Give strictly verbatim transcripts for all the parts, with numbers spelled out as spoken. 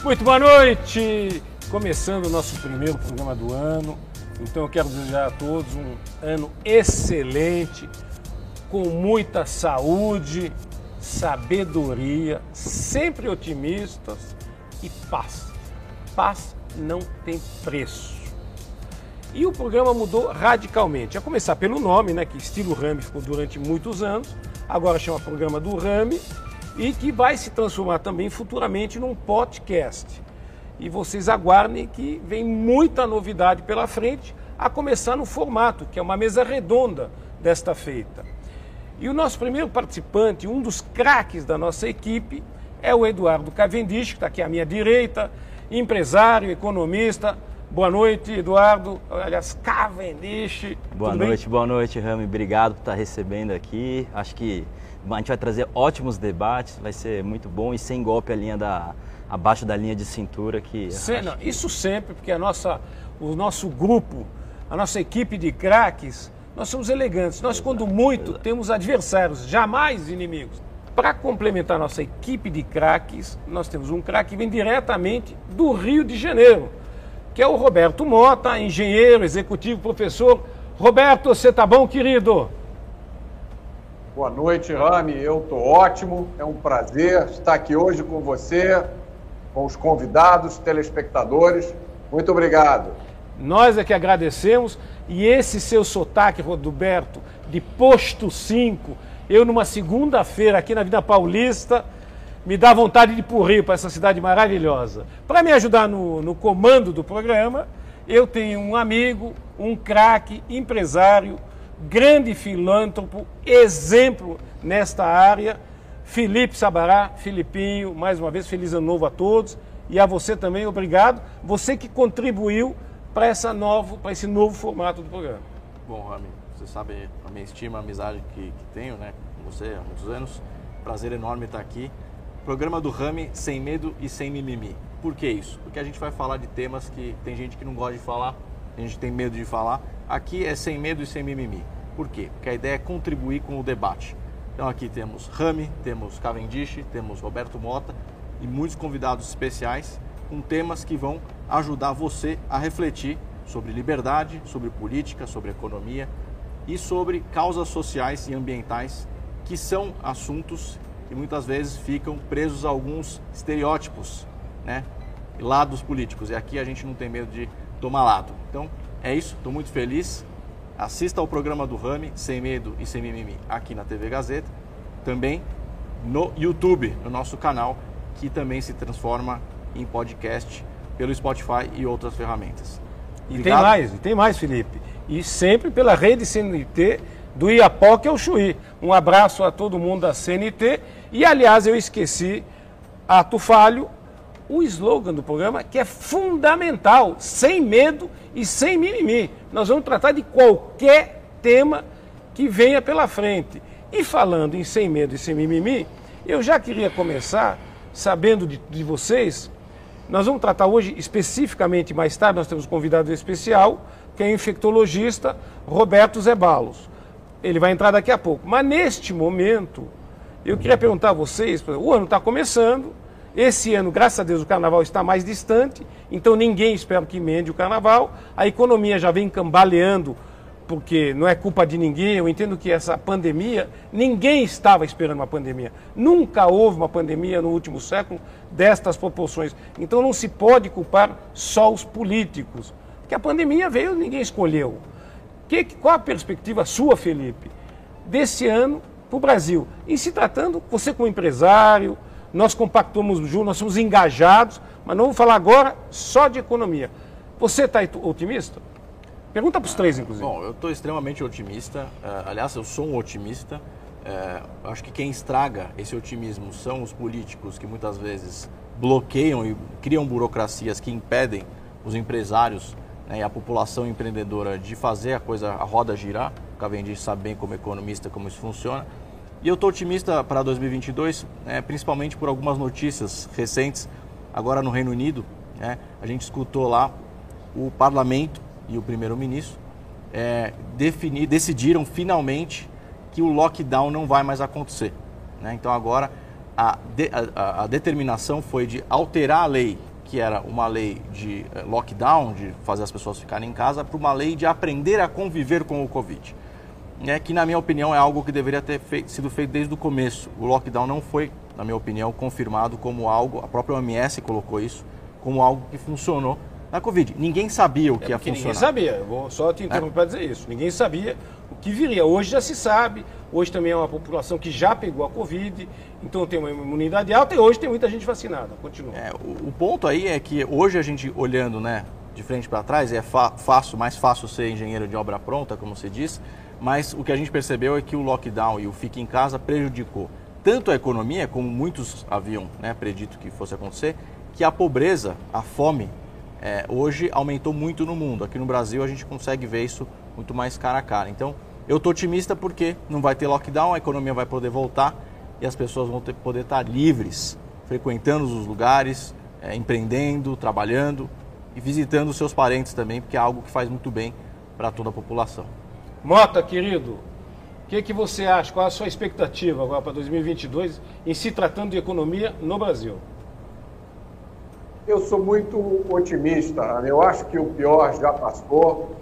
Muito boa noite! Começando o nosso primeiro programa do ano, então eu quero desejar a todos um ano excelente, com muita saúde, sabedoria, sempre otimistas e paz. Paz não tem preço. E o programa mudou radicalmente, a começar pelo nome, né, que estilo Rami ficou durante muitos anos, agora chama Programa do Rami, e que vai se transformar também futuramente num podcast. E vocês aguardem que vem muita novidade pela frente, a começar no formato, que é uma mesa redonda desta feita. E o nosso primeiro participante, um dos craques da nossa equipe, é o Eduardo Cavendish, que está aqui à minha direita, empresário, economista. Boa noite, Eduardo. Aliás, Cavendish. Boa noite, boa noite, Rami. Obrigado por estar recebendo aqui. Acho que a gente vai trazer ótimos debates, vai ser muito bom e sem golpe a linha da, abaixo da linha de cintura. Que, Sim, não, que... Isso sempre, porque a nossa, o nosso grupo, a nossa equipe de craques, nós somos elegantes. Nós, quando muito, temos adversários, jamais inimigos. Para complementar a nossa equipe de craques, nós temos um craque que vem diretamente do Rio de Janeiro, que é o Roberto Mota, engenheiro, executivo, professor. Roberto, você tá bom, querido? Boa noite, Rami. Eu estou ótimo. É um prazer estar aqui hoje com você, com os convidados, telespectadores. Muito obrigado. Nós é que agradecemos. E esse seu sotaque, Roberto, de Posto cinco, eu numa segunda-feira aqui na Vida Paulista, me dá vontade de ir para o Rio, para essa cidade maravilhosa. Para me ajudar no, no comando do programa, eu tenho um amigo, um craque, empresário, grande filântropo, exemplo nesta área, Felipe Sabará. Filipinho, mais uma vez, feliz ano novo a todos. E a você também, obrigado. Você que contribuiu para essa novo, para esse novo formato do programa. Bom, Rami, você sabe a minha estima, a amizade que, que tenho, né, com você há muitos anos. Prazer enorme estar aqui. Programa do Rami, sem medo e sem mimimi. Por que isso? Porque a gente vai falar de temas que tem gente que não gosta de falar, a gente tem medo de falar. Aqui é sem medo e sem mimimi. Por quê? Porque a ideia é contribuir com o debate. Então aqui temos Rami, temos Cavendish, temos Roberto Mota e muitos convidados especiais com temas que vão ajudar você a refletir sobre liberdade, sobre política, sobre economia e sobre causas sociais e ambientais, que são assuntos que muitas vezes ficam presos a alguns estereótipos, né, e lados políticos. E aqui a gente não tem medo de tomar lado. Então é isso, estou muito feliz. Assista ao programa do Rami, Sem Medo e Sem Mimimi, aqui na T V Gazeta. Também no YouTube, no nosso canal, que também se transforma em podcast pelo Spotify e outras ferramentas. E Obrigado. tem mais, e tem mais, Felipe. E sempre pela rede C N T do Iapoque ao Chuí. Um abraço a todo mundo da C N T. E, aliás, eu esqueci, ato falho, o slogan do programa, que é fundamental, sem medo e sem mimimi. Nós vamos tratar de qualquer tema que venha pela frente. E falando em sem medo e sem mimimi, eu já queria começar sabendo de, de vocês. Nós vamos tratar hoje especificamente, mais tarde, nós temos um convidado especial, que é o infectologista Roberto Zeballos. Ele vai entrar daqui a pouco. Mas neste momento, eu queria perguntar a vocês, o ano está começando. Esse ano, graças a Deus, o carnaval está mais distante, então ninguém espera que emende o carnaval. A economia já vem cambaleando, porque não é culpa de ninguém. Eu entendo que essa pandemia, ninguém estava esperando uma pandemia. Nunca houve uma pandemia no último século destas proporções. Então não se pode culpar só os políticos, porque a pandemia veio, ninguém escolheu. Que, qual a perspectiva sua, Felipe, desse ano para o Brasil? E se tratando, você como empresário, nós compactamos juntos, nós somos engajados, mas não vamos falar agora só de economia. Você está otimista? Pergunta para os três, inclusive. Bom, eu estou extremamente otimista. Uh, aliás, eu sou um otimista. Uh, acho que quem estraga esse otimismo são os políticos que muitas vezes bloqueiam e criam burocracias que impedem os empresários, né, e a população empreendedora de fazer a coisa, a roda girar. O Cavendish sabe bem como economista como isso funciona. E eu estou otimista para dois mil e vinte e dois, né, principalmente por algumas notícias recentes. Agora no Reino Unido, né, a gente escutou lá o parlamento e o primeiro-ministro é, definir, decidiram finalmente que o lockdown não vai mais acontecer, né? Então agora a, de, a, a determinação foi de alterar a lei que era uma lei de lockdown, de fazer as pessoas ficarem em casa, para uma lei de aprender a conviver com o Covid. É, que, na minha opinião, é algo que deveria ter feito, sido feito desde o começo. O lockdown não foi, na minha opinião, confirmado como algo, a própria O M S colocou isso, como algo que funcionou na Covid. Ninguém sabia o que é ia funcionar. Ninguém sabia, eu vou só te interromper é. para dizer isso. Ninguém sabia o que viria. Hoje já se sabe, hoje também é uma população que já pegou a Covid, então tem uma imunidade alta e hoje tem muita gente vacinada. Continua. É, o, o ponto aí é que hoje a gente olhando, né, de frente para trás, é fácil, mais fácil ser engenheiro de obra pronta, como se diz, mas o que a gente percebeu é que o lockdown e o fique em casa prejudicou tanto a economia, como muitos haviam, né, predito que fosse acontecer, que a pobreza, a fome, é, hoje aumentou muito no mundo. Aqui no Brasil a gente consegue ver isso muito mais cara a cara. Então, eu estou otimista porque não vai ter lockdown, a economia vai poder voltar e as pessoas vão ter, poder estar livres, frequentando os lugares, é, empreendendo, trabalhando e visitando os seus parentes também, porque é algo que faz muito bem para toda a população. Mota, querido, o que, que você acha? Qual a sua expectativa agora para dois mil e vinte e dois em se tratando de economia no Brasil? Eu sou muito otimista. Eu acho que o pior já passou.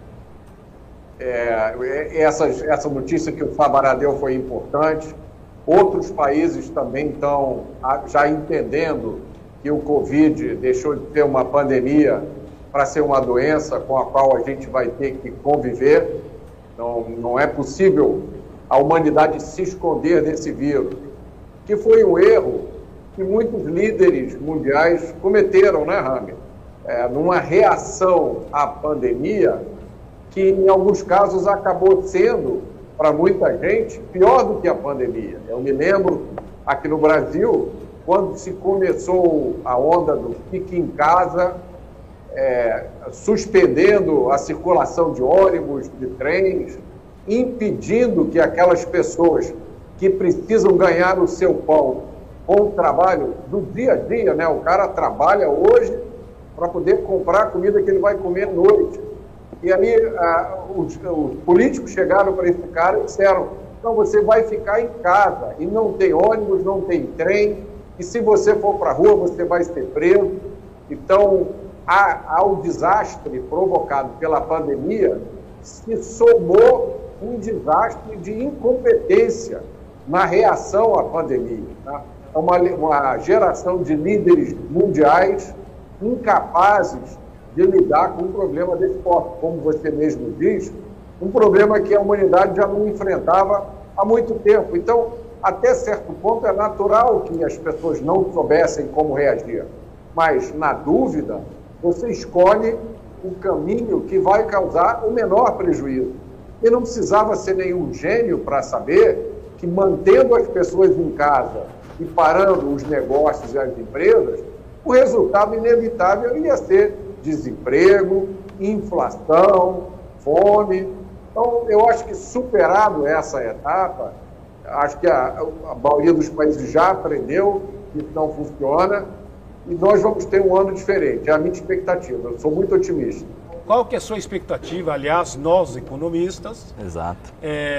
É, essa, essa notícia que o Sabará deu foi importante. Outros países também estão já entendendo que o Covid deixou de ser uma pandemia para ser uma doença com a qual a gente vai ter que conviver. Não, não é possível a humanidade se esconder desse vírus, que foi um erro que muitos líderes mundiais cometeram, né, Rami? É, numa reação à pandemia que, em alguns casos, acabou sendo, para muita gente, pior do que a pandemia. Eu me lembro, aqui no Brasil, quando se começou a onda do fique em casa, é, suspendendo a circulação de ônibus, de trens, impedindo que aquelas pessoas que precisam ganhar o seu pão com o trabalho do dia a dia, né? O cara trabalha hoje para poder comprar a comida que ele vai comer à noite. E aí ah, os, os políticos chegaram para esse cara e disseram: então você vai ficar em casa, e não tem ônibus, não tem trem, e se você for para a rua você vai ser preso. Então, a, ao desastre provocado pela pandemia, se somou um desastre de incompetência na reação à pandemia. Tá? É uma, uma geração de líderes mundiais incapazes de lidar com um problema desse porte, como você mesmo diz, um problema que a humanidade já não enfrentava há muito tempo. Então, até certo ponto, é natural que as pessoas não soubessem como reagir. Mas, na dúvida, você escolhe o caminho que vai causar o menor prejuízo. E não precisava ser nenhum gênio para saber que, mantendo as pessoas em casa e parando os negócios e as empresas, o resultado inevitável ia ser desemprego, inflação, fome. Então, eu acho que, superado essa etapa, acho que a, a maioria dos países já aprendeu que isso não funciona e nós vamos ter um ano diferente. É a minha expectativa. Eu sou muito otimista. Qual que é a sua expectativa? Aliás, nós, economistas... Exato.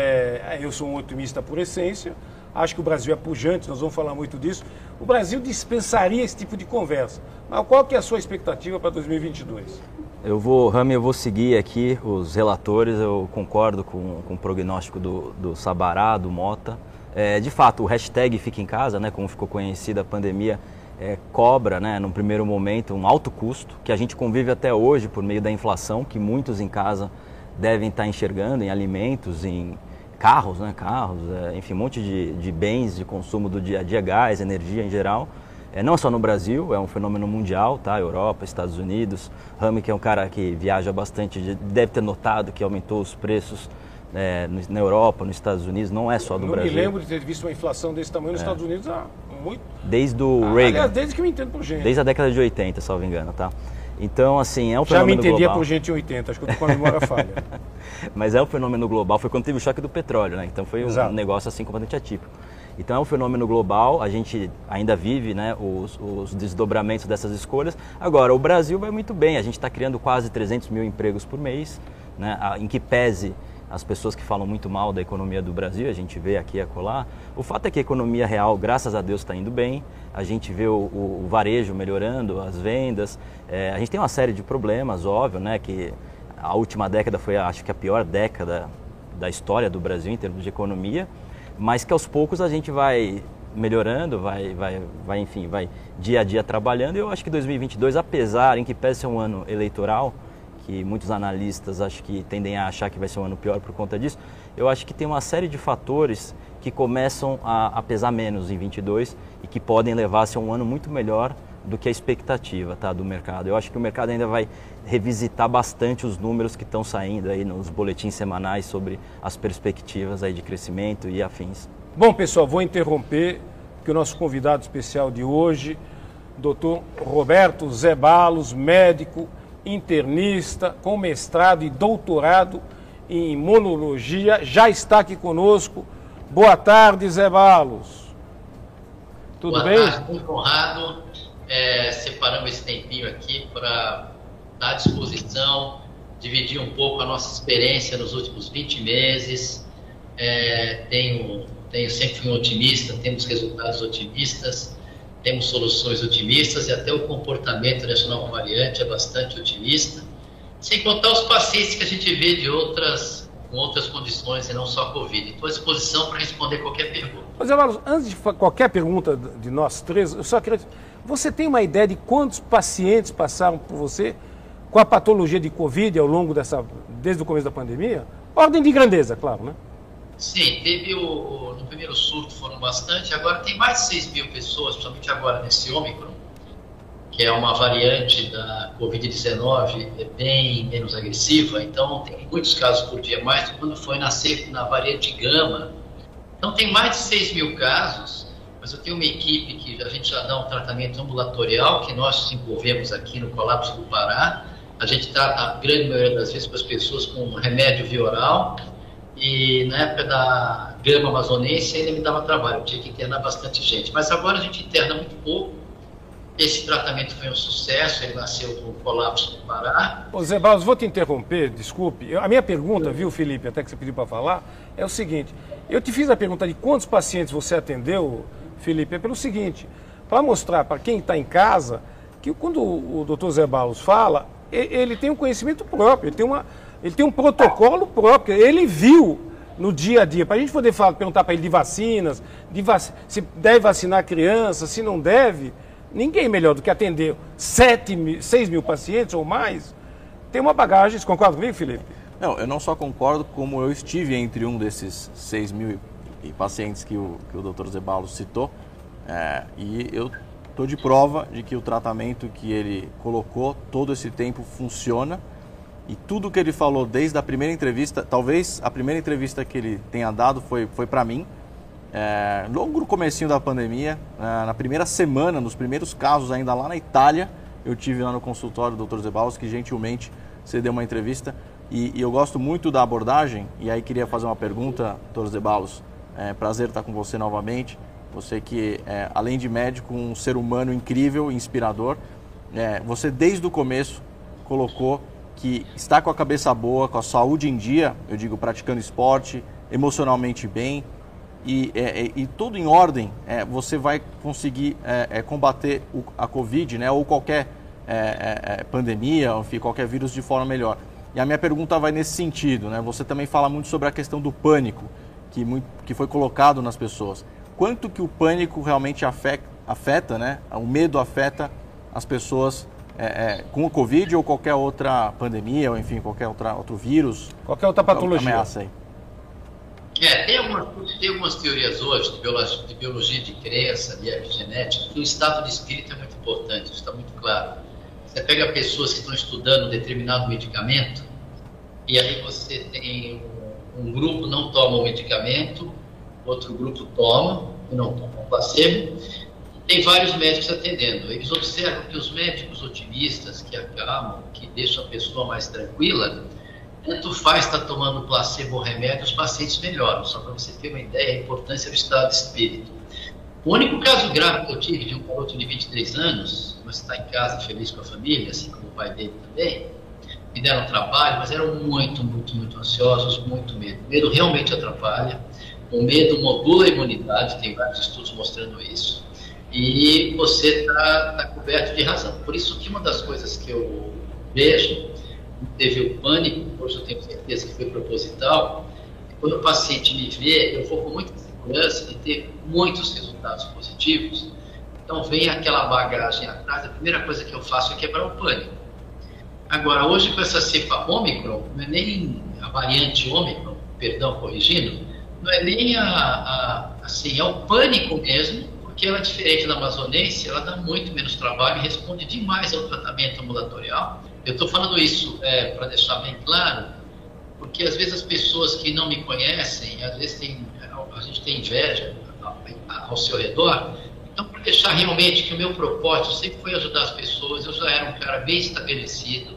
É, eu sou um otimista por essência. Acho que o Brasil é pujante, nós vamos falar muito disso. O Brasil dispensaria esse tipo de conversa. Mas qual que é a sua expectativa para dois mil e vinte e dois? Eu vou, Rami, eu vou seguir aqui os relatores, eu concordo com, com o prognóstico do, do Sabará, do Mota. É, de fato, o hashtag Fica em Casa, né, como ficou conhecida a pandemia, é, cobra, né, no primeiro momento, um alto custo, que a gente convive até hoje por meio da inflação, que muitos em casa devem estar enxergando em alimentos, em carros, né, carros, é, enfim, um monte de, de bens de consumo do dia a dia, gás, energia em geral. É, não só no Brasil, é um fenômeno mundial, tá? Europa, Estados Unidos. Rami, que é um cara que viaja bastante, deve ter notado que aumentou os preços é, na Europa, nos Estados Unidos, não é só do não Brasil. Eu me lembro de ter visto uma inflação desse tamanho nos é. Estados Unidos há muito... Desde o ah, Reagan. Aliás, desde que eu me entendo por gente. Desde a década de oitenta, se não me engano, tá? Então, assim, é um Já fenômeno me entendia global. por gente em oitenta, acho que eu tô com a memória falha. Mas é um fenômeno global, foi quando teve o choque do petróleo, né? Então foi um Exato. negócio assim completamente atípico. Então é um fenômeno global, a gente ainda vive, né, os, os desdobramentos dessas escolhas. Agora, o Brasil vai muito bem, a gente está criando quase trezentos mil empregos por mês, né, em que pese as pessoas que falam muito mal da economia do Brasil, a gente vê aqui e acolá. O fato é que a economia real, graças a Deus, está indo bem. A gente vê o, o, o varejo melhorando, as vendas. É, a gente tem uma série de problemas, óbvio, né? Que a última década foi, acho que, a pior década da história do Brasil em termos de economia, mas que aos poucos a gente vai melhorando, vai, vai, vai, enfim, vai dia a dia trabalhando. E eu acho que dois mil e vinte e dois, apesar em que pese ser um ano eleitoral, que muitos analistas acho que tendem a achar que vai ser um ano pior por conta disso, eu acho que tem uma série de fatores que começam a, a pesar menos em vinte e dois e que podem levar a ser um ano muito melhor do que a expectativa, tá, do mercado. Eu acho que o mercado ainda vai revisitar bastante os números que estão saindo aí nos boletins semanais sobre as perspectivas aí de crescimento e afins. Bom, pessoal, vou interromper, porque o nosso convidado especial de hoje, doutor Roberto Zeballos, médico, internista, com mestrado e doutorado em imunologia, já está aqui conosco. Boa tarde, Zeballos. Tudo Boa bem? Boa tarde, muito honrado. É, separamos esse tempinho aqui para estar à disposição, dividir um pouco a nossa experiência nos últimos vinte meses. É, tenho, tenho sempre fui um otimista, temos resultados otimistas, temos soluções otimistas e até o comportamento dessa nova variante é bastante otimista, sem contar os pacientes que a gente vê de outras, com outras condições e não só Covid. Estou à disposição para responder qualquer pergunta. Mas, Zeballos, antes de qualquer pergunta de nós três, eu só queria... Você tem uma ideia de quantos pacientes passaram por você com a patologia de Covid ao longo dessa... desde o começo da pandemia? Ordem de grandeza, claro, né? Sim, teve o, no primeiro surto foram bastante, agora tem mais de seis mil pessoas, principalmente agora nesse Ômicron, que é uma variante da Covid dezenove, é bem menos agressiva, então tem muitos casos por dia, mais do que quando foi na, na variante Gama. Então tem mais de seis mil casos, mas eu tenho uma equipe que a gente já dá um tratamento ambulatorial, que nós desenvolvemos aqui no Colapso do Pará. A gente trata a grande maioria das vezes com as pessoas com remédio via oral. E na época da Gama Amazonense ainda me dava trabalho, eu tinha que internar bastante gente. Mas agora a gente interna muito pouco. Esse tratamento foi um sucesso, ele nasceu do Colapso do Pará. Ô Zeballos, vou te interromper, desculpe. A minha pergunta, viu, Felipe, até que você pediu para falar, é o seguinte. Eu te fiz a pergunta de quantos pacientes você atendeu, Felipe, é pelo seguinte, para mostrar para quem está em casa que quando o doutor Zeballos fala, ele tem um conhecimento próprio, ele tem uma... Ele tem um protocolo próprio, ele viu no dia a dia. Para a gente poder falar, perguntar para ele de vacinas, de vac... se deve vacinar a criança, se não deve, ninguém melhor do que atender sete mil, seis mil pacientes ou mais, tem uma bagagem. Você concorda comigo, Felipe? Não, eu não só concordo, como eu estive entre um desses seis mil pacientes que o, que o doutor Zeballos citou, é, e eu estou de prova de que o tratamento que ele colocou todo esse tempo funciona. E tudo que ele falou desde a primeira entrevista, talvez a primeira entrevista que ele tenha dado foi, foi para mim, é, logo no comecinho da pandemia, é, na primeira semana, nos primeiros casos ainda lá na Itália, eu tive lá no consultório do doutor Zeballos, que gentilmente cedeu uma entrevista, e, e eu gosto muito da abordagem, e aí queria fazer uma pergunta, doutor Zeballos, é prazer estar com você novamente, você que, é, além de médico, um ser humano incrível, inspirador, é, você desde o começo colocou que está com a cabeça boa, com a saúde em dia, eu digo praticando esporte, emocionalmente bem e, é, e tudo em ordem, é, você vai conseguir é, é, combater o, a Covid, né, ou qualquer é, é, pandemia, enfim, qualquer vírus de forma melhor. E a minha pergunta vai nesse sentido, né? Você também fala muito sobre a questão do pânico que, muito, que foi colocado nas pessoas. Quanto que o pânico realmente afeta, afeta, né? O medo afeta as pessoas É, é, com o Covid ou qualquer outra pandemia, ou enfim, qualquer outra, outro vírus. Qualquer outra patologia. Ameaça aí. É, tem algumas, tem algumas teorias hoje de biologia, de biologia de crença, de epigenética, que o estado de espírito é muito importante, isso está muito claro. Você pega pessoas que estão estudando um determinado medicamento, e aí você tem um, um grupo não toma o medicamento, outro grupo toma, e não toma o placebo. Tem vários médicos atendendo. Eles observam que os médicos otimistas, que acalmam, que deixam a pessoa mais tranquila, tanto faz estar tomando placebo ou remédio, os pacientes melhoram. Só para você ter uma ideia da importância do estado de espírito. O único caso grave que eu tive de um garoto de vinte e três anos, mas está em casa feliz com a família, assim como o pai dele também, me deram trabalho, mas eram muito, muito, muito ansiosos, muito medo. O medo realmente atrapalha. O medo modula a imunidade, tem vários estudos mostrando isso. E você está tá coberto de razão. Por isso que uma das coisas que eu vejo, teve o pânico, hoje eu tenho certeza que foi proposital, quando o paciente me vê, eu vou com muita segurança de ter muitos resultados positivos. Então vem aquela bagagem atrás, a primeira coisa que eu faço é quebrar o pânico. Agora, hoje com essa cepa Ômicron, não é nem a variante Ômicron, perdão, corrigindo, não é nem a, a, assim, é o pânico mesmo, porque ela é diferente da amazonense, ela dá muito menos trabalho e responde demais ao tratamento ambulatorial. Eu estou falando isso é, para deixar bem claro, porque às vezes as pessoas que não me conhecem, às vezes tem, a gente tem inveja ao seu redor. Então, para deixar realmente que o meu propósito sempre foi ajudar as pessoas, eu já era um cara bem estabelecido,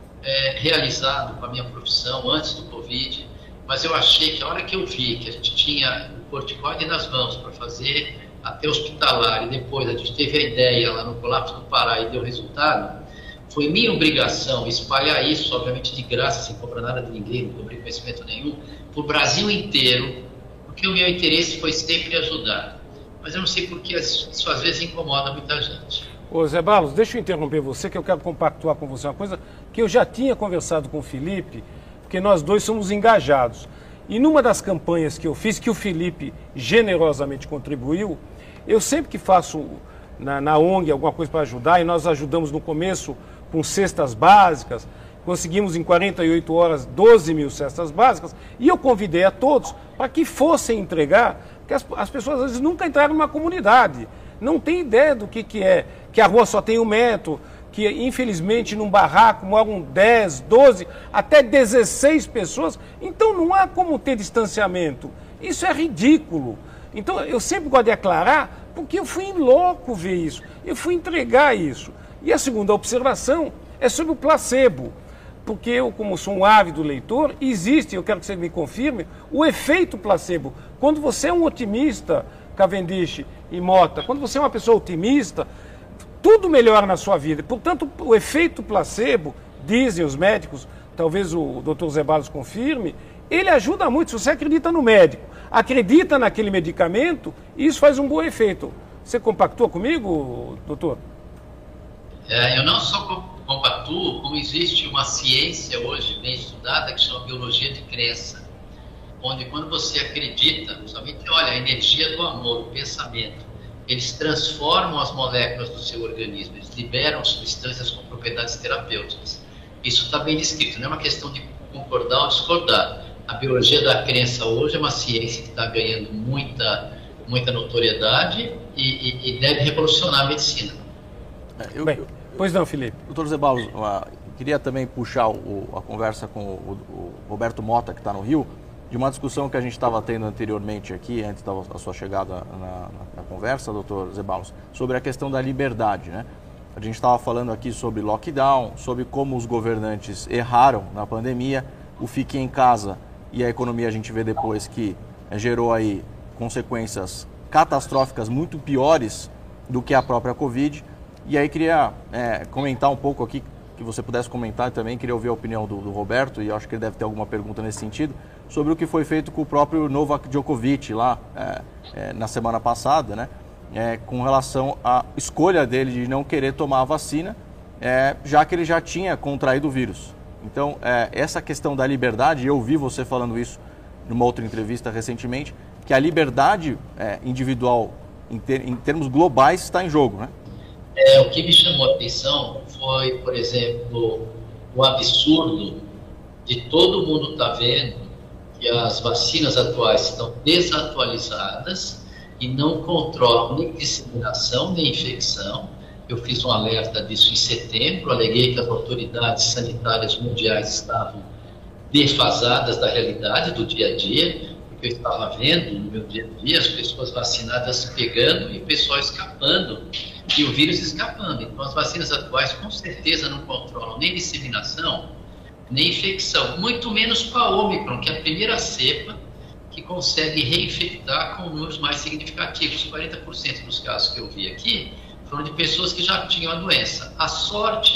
é, realizado com a minha profissão antes do Covid, mas eu achei que a hora que eu vi que a gente tinha o corticoide nas mãos para fazer até hospitalar, e depois a gente teve a ideia lá no Colapso do Pará e deu resultado, foi minha obrigação espalhar isso, obviamente de graça, sem cobrar nada de ninguém, não cobrei conhecimento nenhum, para o Brasil inteiro, porque o meu interesse foi sempre ajudar. Mas eu não sei porque isso às vezes incomoda muita gente. Ô Zé Barros, deixa eu interromper você, que eu quero compactuar com você uma coisa que eu já tinha conversado com o Felipe, porque nós dois somos engajados. E numa das campanhas que eu fiz, que o Felipe generosamente contribuiu, eu sempre que faço na, na O N G alguma coisa para ajudar, e nós ajudamos no começo com cestas básicas, conseguimos em quarenta e oito horas doze mil cestas básicas, e eu convidei a todos para que fossem entregar, porque as, as pessoas às vezes nunca entraram numa comunidade, não tem ideia do que, que é, que a rua só tem um metro, que infelizmente num barraco moram dez, doze, até dezesseis pessoas, então não há como ter distanciamento. Isso é ridículo. Então eu sempre gosto de aclarar, porque eu fui em loco ver isso, eu fui entregar isso. E a segunda observação é sobre o placebo, porque eu, como sou um ávido leitor, existe, eu quero que você me confirme, o efeito placebo. Quando você é um otimista, Cavendish e Mota, quando você é uma pessoa otimista, tudo melhora na sua vida. Portanto, o efeito placebo, dizem os médicos, talvez o doutor Zé Barros confirme, ele ajuda muito. Se você acredita no médico, acredita naquele medicamento, isso faz um bom efeito. Você compactua comigo, doutor? É, eu não só compactuo, como existe uma ciência hoje bem estudada que chama biologia de crença, onde quando você acredita, somente olha, a energia do amor, o pensamento, eles transformam as moléculas do seu organismo, eles liberam substâncias com propriedades terapêuticas. Isso está bem descrito, não é uma questão de concordar ou discordar. A biologia da crença hoje é uma ciência que está ganhando muita, muita notoriedade e, e, e deve revolucionar a medicina. É, eu, Bem, pois não, Felipe. Doutor Zé Barros, uh, queria também puxar o, a conversa com o, o Roberto Mota, que está no Rio, de uma discussão que a gente estava tendo anteriormente aqui, antes da, da sua chegada na, na, na conversa, doutor Zé Barros, sobre a questão da liberdade, né? A gente estava falando aqui sobre lockdown, sobre como os governantes erraram na pandemia, o fique em casa e a economia a gente vê depois que é, gerou aí consequências catastróficas muito piores do que a própria Covid. E aí queria é, comentar um pouco aqui, que você pudesse comentar também, queria ouvir a opinião do, do Roberto, e eu acho que ele deve ter alguma pergunta nesse sentido, sobre o que foi feito com o próprio Novak Djokovic lá é, é, na semana passada, né? É, com relação à escolha dele de não querer tomar a vacina, é, já que ele já tinha contraído o vírus. Então, é, essa questão da liberdade, eu ouvi você falando isso numa outra entrevista recentemente, que a liberdade é, individual em, ter, em termos globais está em jogo, né? É, o que me chamou a atenção foi, por exemplo, o absurdo de todo mundo estar vendo que as vacinas atuais estão desatualizadas e não controlam nem disseminação nem infecção. Eu fiz um alerta disso em setembro, aleguei que as autoridades sanitárias mundiais estavam defasadas da realidade do dia a dia, porque eu estava vendo no meu dia a dia as pessoas vacinadas pegando e o pessoal escapando, e o vírus escapando. Então as vacinas atuais com certeza não controlam nem disseminação, nem infecção, muito menos com a Ômicron, que é a primeira cepa que consegue reinfectar com números mais significativos. quarenta por cento dos casos que eu vi aqui foram de pessoas que já tinham a doença. A sorte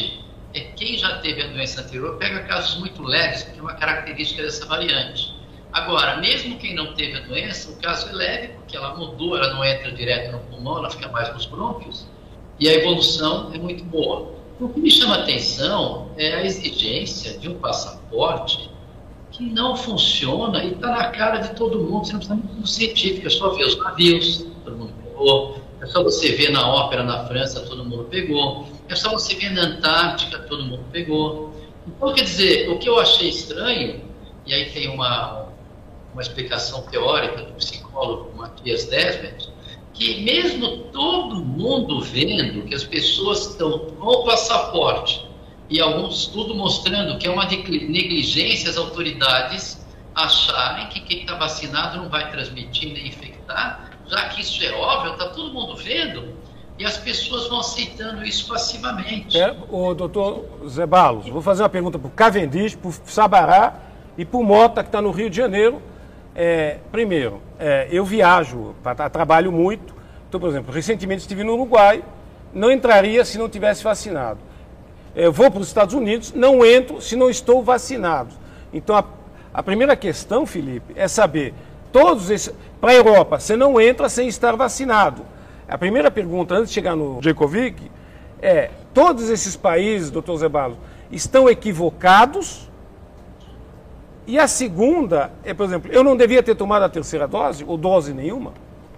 é quem já teve a doença anterior pega casos muito leves, porque é uma característica dessa variante. Agora, mesmo quem não teve a doença, o caso é leve, porque ela mudou, ela não entra direto no pulmão, ela fica mais nos brônquios, e a evolução é muito boa. O que me chama a atenção é a exigência de um passaporte que não funciona e está na cara de todo mundo. Você não precisa muito científico, é só ver os navios, todo mundo pegou. É só você ver na ópera na França, todo mundo pegou. É só você ver na Antártica, todo mundo pegou. Então, quer dizer, o que eu achei estranho, e aí tem uma, uma explicação teórica do psicólogo Matthias Desmet, que mesmo todo mundo vendo que as pessoas estão com o passaporte, e algum estudo mostrando que é uma negligência as autoridades acharem que quem está vacinado não vai transmitir nem infectar, já que isso é óbvio, está todo mundo vendo, e as pessoas vão aceitando isso passivamente. É, o doutor Zé Balos, vou fazer uma pergunta para o Cavendish, para o Sabará e para o Mota, que está no Rio de Janeiro. É, primeiro, é, eu viajo, pra, trabalho muito. Então, por exemplo, recentemente estive no Uruguai, não entraria se não tivesse vacinado. Eu vou para os Estados Unidos, não entro se não estou vacinado. Então, a, a primeira questão, Felipe, é saber, todos esses, para a Europa, você não entra sem estar vacinado. A primeira pergunta, antes de chegar no Djokovic, é, todos esses países, doutor Zé Balos, estão equivocados? E a segunda é, por exemplo, eu não devia ter tomado a terceira dose, ou dose nenhuma?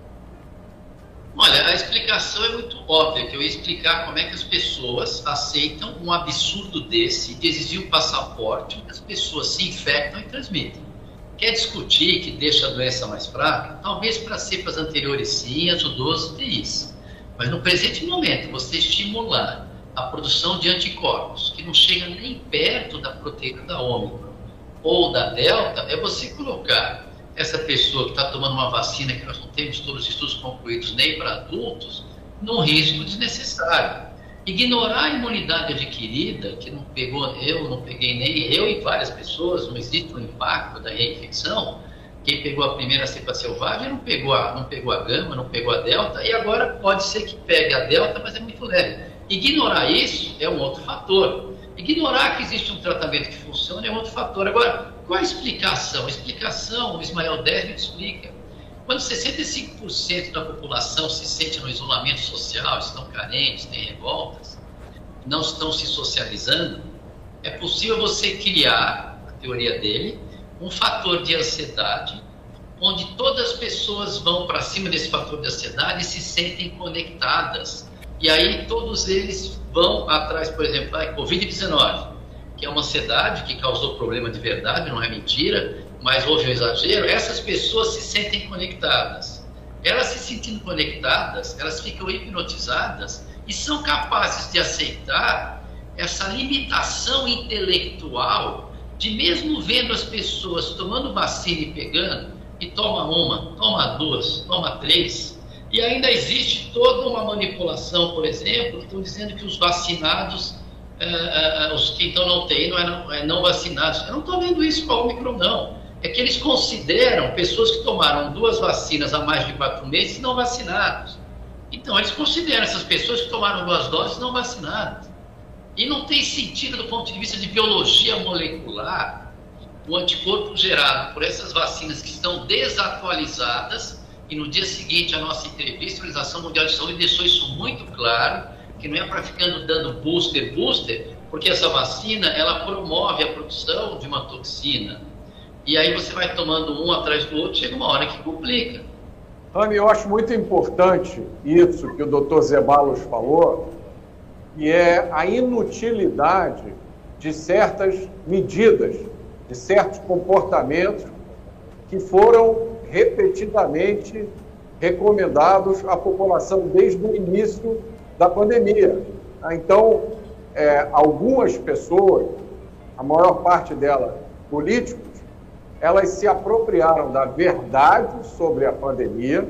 Olha, a explicação é muito óbvia, que eu ia explicar como é que as pessoas aceitam um absurdo desse de exigir um passaporte, onde as pessoas se infectam e transmitem. Quer discutir que deixa a doença mais fraca? Talvez para cepas anteriores sim, as U doze T Is. Mas no presente momento, você estimular a produção de anticorpos, que não chega nem perto da proteína da Ômicron ou da Delta, é você colocar essa pessoa que está tomando uma vacina que nós não temos todos os estudos concluídos nem para adultos, num risco desnecessário. Ignorar a imunidade adquirida, que não pegou eu, não peguei nem eu e várias pessoas, não existe um impacto da reinfecção. Quem pegou a primeira cepa selvagem não pegou a, não pegou a gama, não pegou a delta, e agora pode ser que pegue a delta, mas é muito leve. Ignorar isso é um outro fator. Ignorar que existe um tratamento que funciona é um outro fator. Agora, qual a explicação? A explicação, o Ismael Desmet explica. Quando sessenta e cinco por cento da população se sente no isolamento social, estão carentes, têm revoltas, não estão se socializando, é possível você criar, a teoria dele, um fator de ansiedade, onde todas as pessoas vão para cima desse fator de ansiedade e se sentem conectadas. E aí todos eles vão atrás, por exemplo, da covid dezenove, que é uma ansiedade que causou problema de verdade, não é mentira, mas houve um exagero. Essas pessoas se sentem conectadas. Elas se sentindo conectadas, elas ficam hipnotizadas e são capazes de aceitar essa limitação intelectual de, mesmo vendo as pessoas tomando vacina e pegando, e toma uma, toma duas, toma três, e ainda existe toda uma manipulação, por exemplo, que estão dizendo que os vacinados, uh, uh, os que então não têm, não é não, é não vacinados. Eu não estou vendo isso com a Ômicron, não. É que eles consideram pessoas que tomaram duas vacinas há mais de quatro meses não vacinados. Então, eles consideram essas pessoas que tomaram duas doses não vacinadas. E não tem sentido do ponto de vista de biologia molecular o anticorpo gerado por essas vacinas que estão desatualizadas. E no dia seguinte, a nossa entrevista, a Organização Mundial de Saúde deixou isso muito claro, que não é para ficando dando booster, booster, porque essa vacina, ela promove a produção de uma toxina. E aí você vai tomando um atrás do outro, chega uma hora que complica. Rami, eu acho muito importante isso que o doutor Zé Balos falou, que é a inutilidade de certas medidas, de certos comportamentos que foram repetidamente recomendados à população desde o início da pandemia. Então, é, algumas pessoas, a maior parte delas políticos, elas se apropriaram da verdade sobre a pandemia,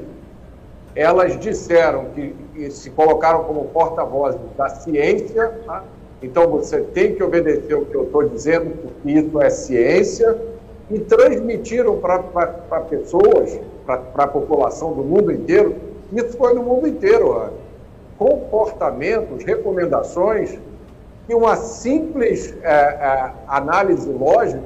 elas disseram que, que se colocaram como porta-vozes da ciência, tá? Então você tem que obedecer o que eu estou dizendo, porque isso é ciência, e transmitiram para pessoas, para a população do mundo inteiro, isso foi no mundo inteiro, né? Comportamentos, recomendações que uma simples é, é, análise lógica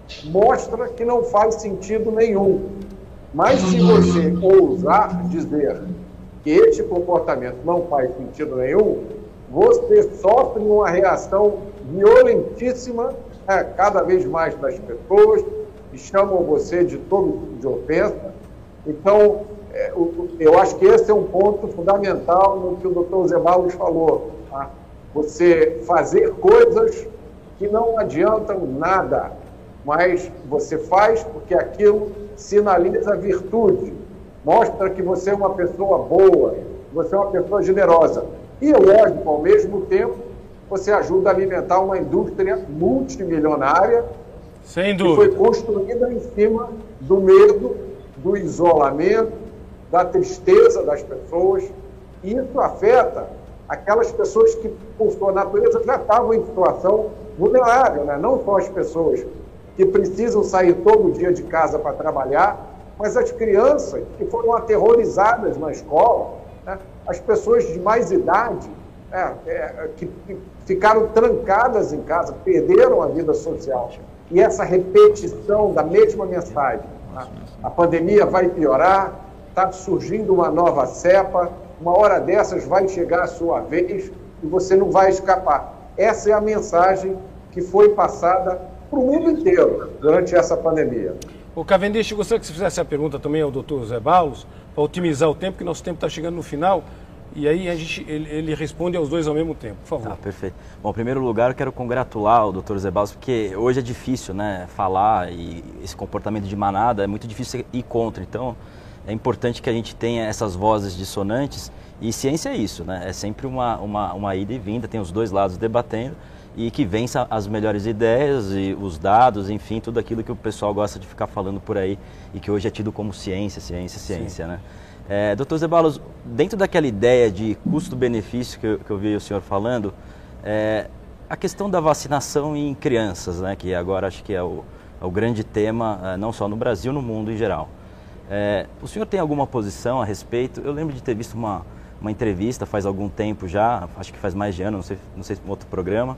mostra que não faz sentido nenhum. Mas se você ousar dizer que este comportamento não faz sentido nenhum, você sofre uma reação violentíssima, é, cada vez mais das pessoas, que chamam você de todo tipo de ofensa. Então, é, eu acho que esse é um ponto fundamental no que o doutor Zeballos falou. Tá? Você fazer coisas que não adiantam nada, mas você faz porque aquilo sinaliza virtude, mostra que você é uma pessoa boa, você é uma pessoa generosa. E, lógico, ao mesmo tempo, você ajuda a alimentar uma indústria multimilionária. Sem que dúvida. foi construída em cima do medo, do isolamento, da tristeza das pessoas. E isso afeta aquelas pessoas que, por sua natureza, já estavam em situação vulnerável, né? Não só as pessoas que precisam sair todo dia de casa para trabalhar, mas as crianças que foram aterrorizadas na escola, né? As pessoas de mais idade, é, é, que, que ficaram trancadas em casa, perderam a vida social. E essa repetição da mesma mensagem, né? A pandemia vai piorar, está surgindo uma nova cepa, uma hora dessas vai chegar a sua vez e você não vai escapar. Essa é a mensagem que foi passada para o mundo inteiro durante essa pandemia. O Cavendish, gostaria que você fizesse a pergunta também ao doutor Zeballos, para otimizar o tempo, que nosso tempo está chegando no final, e aí a gente, ele, ele responde aos dois ao mesmo tempo, por favor. Tá, perfeito. Bom, em primeiro lugar, eu quero congratular o doutor Zeballos, porque hoje é difícil, né, falar, e esse comportamento de manada é muito difícil ir contra, então é importante que a gente tenha essas vozes dissonantes, e ciência é isso, né, é sempre uma, uma, uma ida e vinda, tem os dois lados debatendo, e que vença as melhores ideias e os dados, enfim, tudo aquilo que o pessoal gosta de ficar falando por aí e que hoje é tido como ciência, ciência, ciência, Sim. né? É, doutor Zeballos, dentro daquela ideia de custo-benefício que, eu, que eu vi o senhor falando, é, a questão da vacinação em crianças, né, que agora acho que é o, é o grande tema, não só no Brasil, no mundo em geral. É, o senhor tem alguma posição a respeito? Eu lembro de ter visto uma, uma entrevista faz algum tempo já, acho que faz mais de ano, não sei, não sei se um outro programa,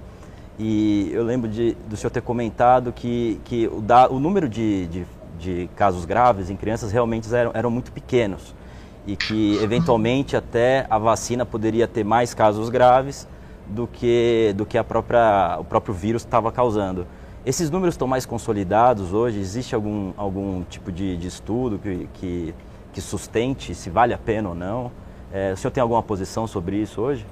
e eu lembro de, do senhor ter comentado que, que o, da, o número de, de, de casos graves em crianças realmente eram, eram muito pequenos e que, eventualmente, até a vacina poderia ter mais casos graves do que, do que a própria, o próprio vírus estava causando. Esses números estão mais consolidados hoje? Existe algum, algum tipo de, de estudo que, que, que sustente se vale a pena ou não? É, o senhor tem alguma posição sobre isso hoje?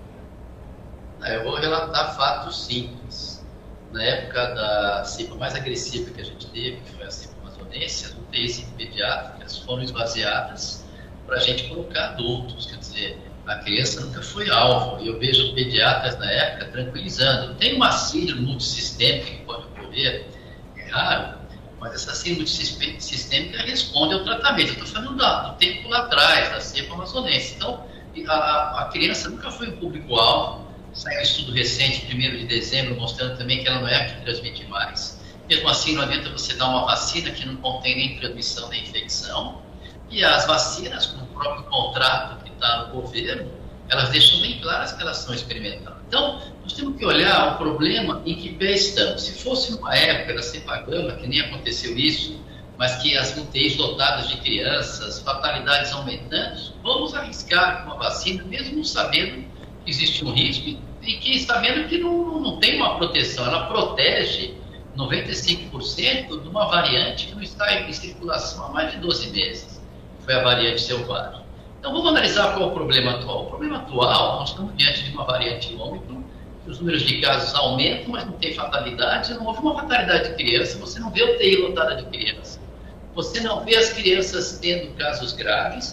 Eu vou relatar fatos simples. Na época da cepa mais agressiva que a gente teve, que foi a cepa amazonense, as U T Is pediátricas foram esvaziadas para a gente colocar adultos. Quer dizer, a criança nunca foi alvo. E eu vejo pediatras na época tranquilizando. Tem uma síndrome multissistêmica que pode ocorrer, é raro, mas essa síndrome multissistêmica responde ao tratamento. Eu estou falando do tempo lá atrás, da cepa amazonense. Então, a, a criança nunca foi o público-alvo. Saiu um estudo recente, primeiro de dezembro, mostrando também que ela não é a que transmite mais. Mesmo assim, não adianta você dar uma vacina que não contém nem transmissão nem infecção. E as vacinas, com o próprio contrato que está no governo, elas deixam bem claras que elas são experimentais. Então, nós temos que olhar o problema em que pé estamos. Se fosse numa época da cepa gama, que nem aconteceu isso, mas que as U T Is lotadas de crianças, fatalidades aumentando, vamos arriscar com a vacina, mesmo sabendo que existe um risco e que sabendo que não, não tem uma proteção. Ela protege noventa e cinco por cento de uma variante que não está em circulação há mais de doze meses. Foi a variante selvagem. Então vamos analisar qual é o problema atual. O problema atual, nós estamos diante de uma variante Ômicron, que os números de casos aumentam, mas não tem fatalidade. Não houve uma fatalidade de criança, você não vê U T I lotada de criança. Você não vê as crianças tendo casos graves.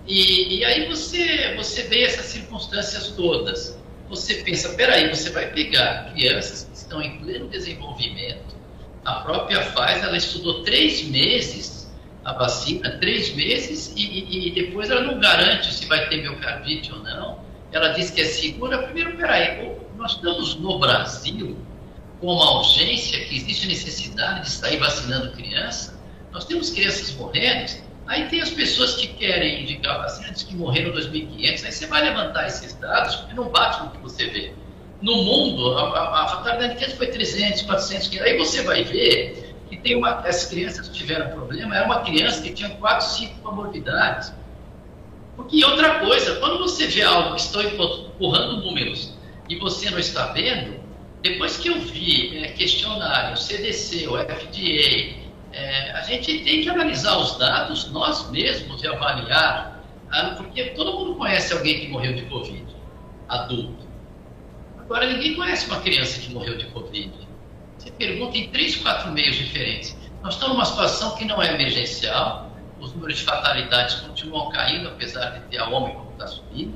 E, e aí você, você vê essas circunstâncias todas. Você pensa, peraí, você vai pegar crianças que estão em pleno desenvolvimento. A própria Pfizer, ela estudou três meses a vacina, três meses, e, e, e depois ela não garante se vai ter miocardite ou não. Ela diz que é segura. Primeiro, peraí, nós estamos no Brasil com uma urgência que existe necessidade de sair vacinando criança. Nós temos crianças morrendo. Aí tem as pessoas que querem indicar vacina, diz que morreram dois mil e quinhentos, aí você vai levantar esses dados, porque não bate no que você vê. no mundo, a, a, a fatalidade de criança foi trezentos, quatrocentos, quinhentos. Aí você vai ver que tem uma, as crianças que tiveram problema, era uma criança que tinha quatro, cinco comorbidades. Porque outra coisa, quando você vê algo que está empurrando números e você não está vendo, depois que eu vi é, questionário, C D C, o F D A, é, a gente tem que analisar os dados nós mesmos e avaliar, ah, porque todo mundo conhece alguém que morreu de Covid, adulto. Agora, ninguém conhece uma criança que morreu de Covid. Você pergunta em três, quatro meios diferentes. Nós estamos numa situação que não é emergencial, os números de fatalidades continuam caindo, apesar de ter a Ômicron que está subindo,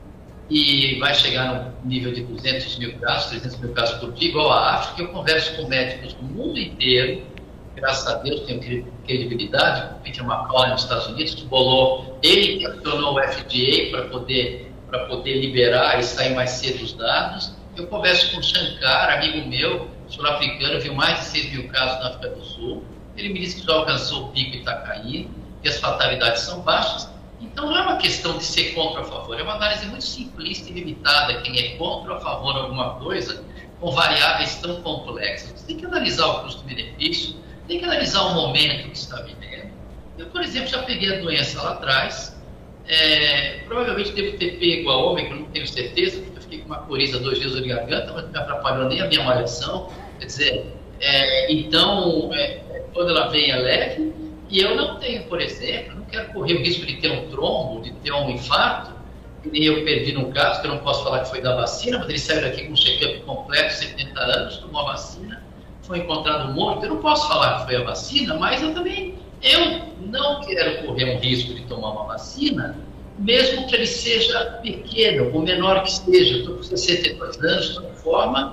e vai chegar no nível de duzentos mil casos, trezentos mil casos por dia, igual a África. Eu converso com médicos do mundo inteiro, graças a Deus tenho credibilidade, o Peter McCollum nos Estados Unidos, que bolou, ele que acionou o F D A para poder, para poder liberar e sair mais cedo os dados. Eu converso com o Shankar, amigo meu, sul-africano, viu mais de seis mil casos na África do Sul, ele me disse que já alcançou o pico e está caindo, que as fatalidades são baixas. Então não é uma questão de ser contra ou a favor, é uma análise muito simplista e limitada. Quem é contra ou a favor de alguma coisa com variáveis tão complexas. Você tem que analisar o custo-benefício, tem que analisar o momento que está vivendo. Eu, por exemplo, já peguei a doença lá atrás, é, provavelmente devo ter pego a Ômicron, não tenho certeza, porque eu fiquei com uma coriza dois dias de garganta, mas não me atrapalhou nem a minha malhação. Quer dizer, é, então, é, quando ela vem é leve, e eu não tenho, por exemplo, não quero correr o risco de ter um trombo, de ter um infarto, que nem eu perdi num caso, que eu não posso falar que foi da vacina, mas ele saiu daqui com um check-up completo, setenta anos, tomou a vacina, foi encontrado morto. Eu não posso falar que foi a vacina, mas eu também, eu não quero correr um risco de tomar uma vacina, mesmo que ele seja pequeno, ou menor que seja. Eu estou com sessenta e dois anos, estou em forma,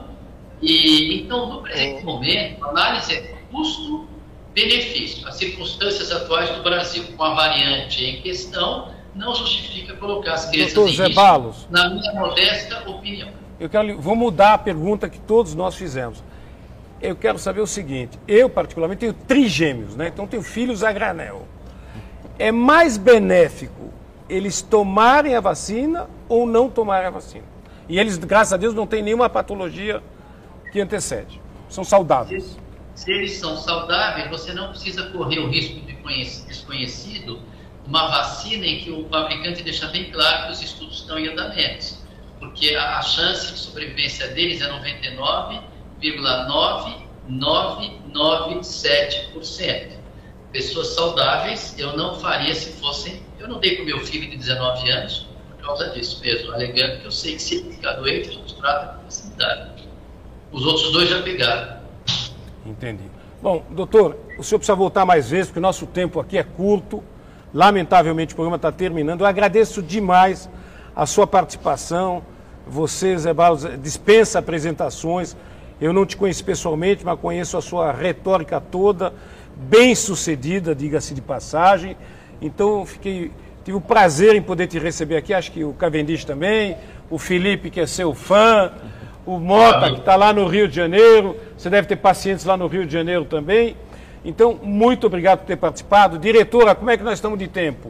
e então, no presente momento, a análise é custo benefício. As circunstâncias atuais do Brasil, com a variante em questão, não justifica colocar as crianças Doutor em Zé risco, Balos, na minha modesta opinião. Eu quero, vou mudar a pergunta que todos nós fizemos. Eu quero saber o seguinte, eu particularmente tenho trigêmeos, né? Então tenho filhos a granel. É mais benéfico eles tomarem a vacina ou não tomarem a vacina? E eles, graças a Deus, não têm nenhuma patologia que antecede. São saudáveis. Se eles são saudáveis, você não precisa correr o risco de desconhecido uma vacina em que o fabricante deixa bem claro que os estudos estão em andamento, porque a chance de sobrevivência deles é noventa e nove vírgula nove nove nove sete por cento. Pessoas saudáveis, eu não faria se fossem... Eu não dei para o meu filho de dezenove anos por causa disso mesmo, alegando que eu sei que se ele ficar doente, a gente trata com facilidade. Os outros dois já pegaram. Entendi. Bom, doutor, o senhor precisa voltar mais vezes, porque o nosso tempo aqui é curto. Lamentavelmente o programa está terminando. Eu agradeço demais a sua participação. Você, Zé Balos, dispensa apresentações. Eu não te conheço pessoalmente, mas conheço a sua retórica toda, bem sucedida, diga-se de passagem. Então, fiquei, tive o prazer em poder te receber aqui. Acho que o Cavendish também, o Felipe, que é seu fã, o Mota, que está lá no Rio de Janeiro. Você deve ter pacientes lá no Rio de Janeiro também. Então, muito obrigado por ter participado. Diretora, como é que nós estamos de tempo?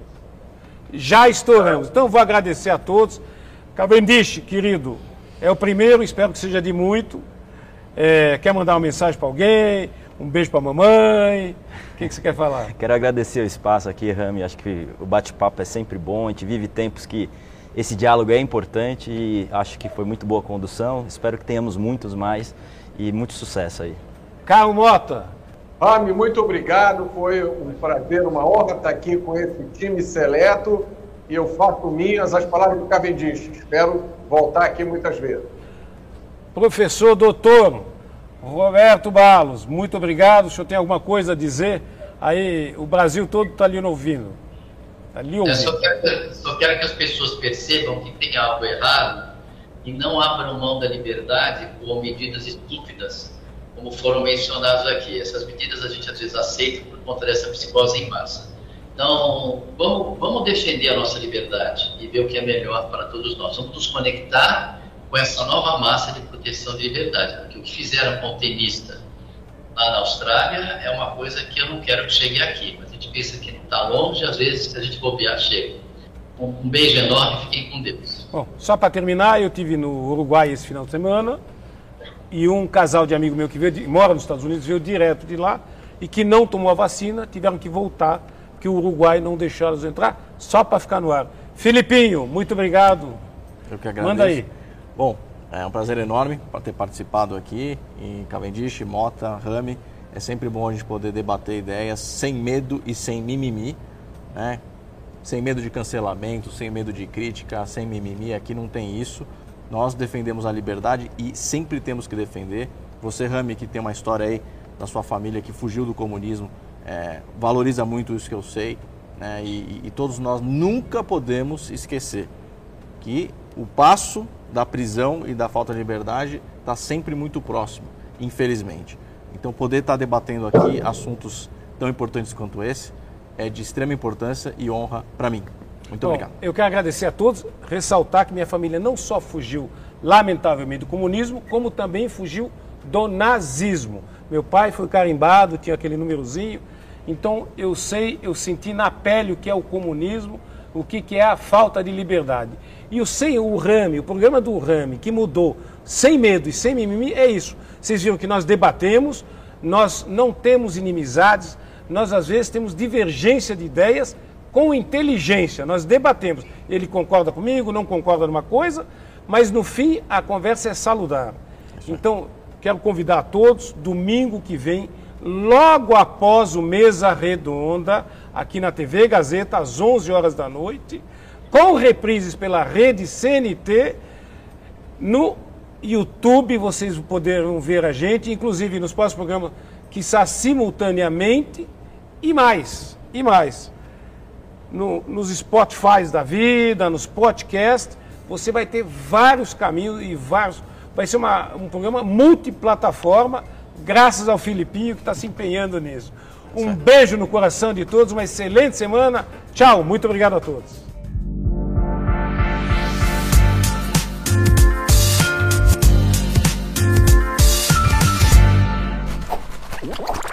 Já estouramos. Então, vou agradecer a todos. Cavendish, querido, é o primeiro, espero que seja de muito. É, quer mandar uma mensagem para alguém? Um beijo para a mamãe? O que, que você quer falar? Quero agradecer o espaço aqui, Rami. Acho que o bate-papo é sempre bom. A gente vive tempos que esse diálogo é importante e acho que foi muito boa a condução. Espero que tenhamos muitos mais e muito sucesso aí. Carlos Mota. Rami, muito obrigado. Foi um prazer, uma honra estar aqui com esse time seleto e eu faço minhas as palavras do Cavendish. Espero voltar aqui muitas vezes. Professor doutor Roberto Balos, muito obrigado. O senhor tem alguma coisa a dizer? Aí o Brasil todo está ali ouvindo. Tá ali ouvindo. Eu só quero, só quero que as pessoas percebam que tem algo errado e não abram mão da liberdade com medidas estúpidas, como foram mencionadas aqui. Essas medidas a gente às vezes aceita por conta dessa psicose em massa. Então, vamos, vamos defender a nossa liberdade e ver o que é melhor para todos nós. Vamos nos conectar com essa nova massa de proteção de liberdade. Porque o que fizeram com o tenista lá na Austrália é uma coisa que eu não quero que chegue aqui. Mas a gente pensa que está longe, às vezes, se a gente bobear, chega. Um beijo enorme, fiquem com Deus. Bom, só para terminar, eu tive no Uruguai esse final de semana e um casal de amigo meu que veio de, mora nos Estados Unidos, veio direto de lá e que não tomou a vacina, tiveram que voltar, porque o Uruguai não deixou eles entrar, só para ficar no ar. Filipinho, muito obrigado. Eu que agradeço. Manda aí. Bom, é um prazer enorme para ter participado aqui em Cavendish, Mota, Rami. É sempre bom a gente poder debater ideias sem medo e sem mimimi, né? Sem medo de cancelamento, sem medo de crítica, sem mimimi. Aqui não tem isso. Nós defendemos a liberdade e sempre temos que defender. Você, Rami, que tem uma história aí da sua família que fugiu do comunismo, é, valoriza muito isso que eu sei, né? E, e todos nós nunca podemos esquecer que o passo da prisão e da falta de liberdade está sempre muito próximo, infelizmente. Então, poder estar debatendo aqui assuntos tão importantes quanto esse é de extrema importância e honra para mim. Muito Bom, obrigado. Eu quero agradecer a todos, ressaltar que minha família não só fugiu, lamentavelmente, do comunismo, como também fugiu do nazismo. Meu pai foi carimbado, tinha aquele númerozinho, então eu sei, eu senti na pele o que é o comunismo, o que, que é a falta de liberdade. E o, sem, o Rami, o programa do Rami, que mudou sem medo e sem mimimi, é isso. Vocês viram que nós debatemos, nós não temos inimizades, nós às vezes temos divergência de ideias com inteligência. Nós debatemos. Ele concorda comigo, não concorda numa coisa, mas no fim a conversa é salutar. Então, quero convidar a todos, domingo que vem, logo após o Mesa Redonda, aqui na T V Gazeta, às onze horas da noite, com reprises pela rede C N T, no YouTube vocês poderão ver a gente, inclusive nos próximos programas, quiçá simultaneamente, e mais, e mais. No, nos Spotify da vida, nos podcasts, você vai ter vários caminhos e vários... Vai ser uma, um programa multiplataforma, graças ao Filipinho que está se empenhando nisso. Um beijo no coração de todos, uma excelente semana. Tchau, muito obrigado a todos.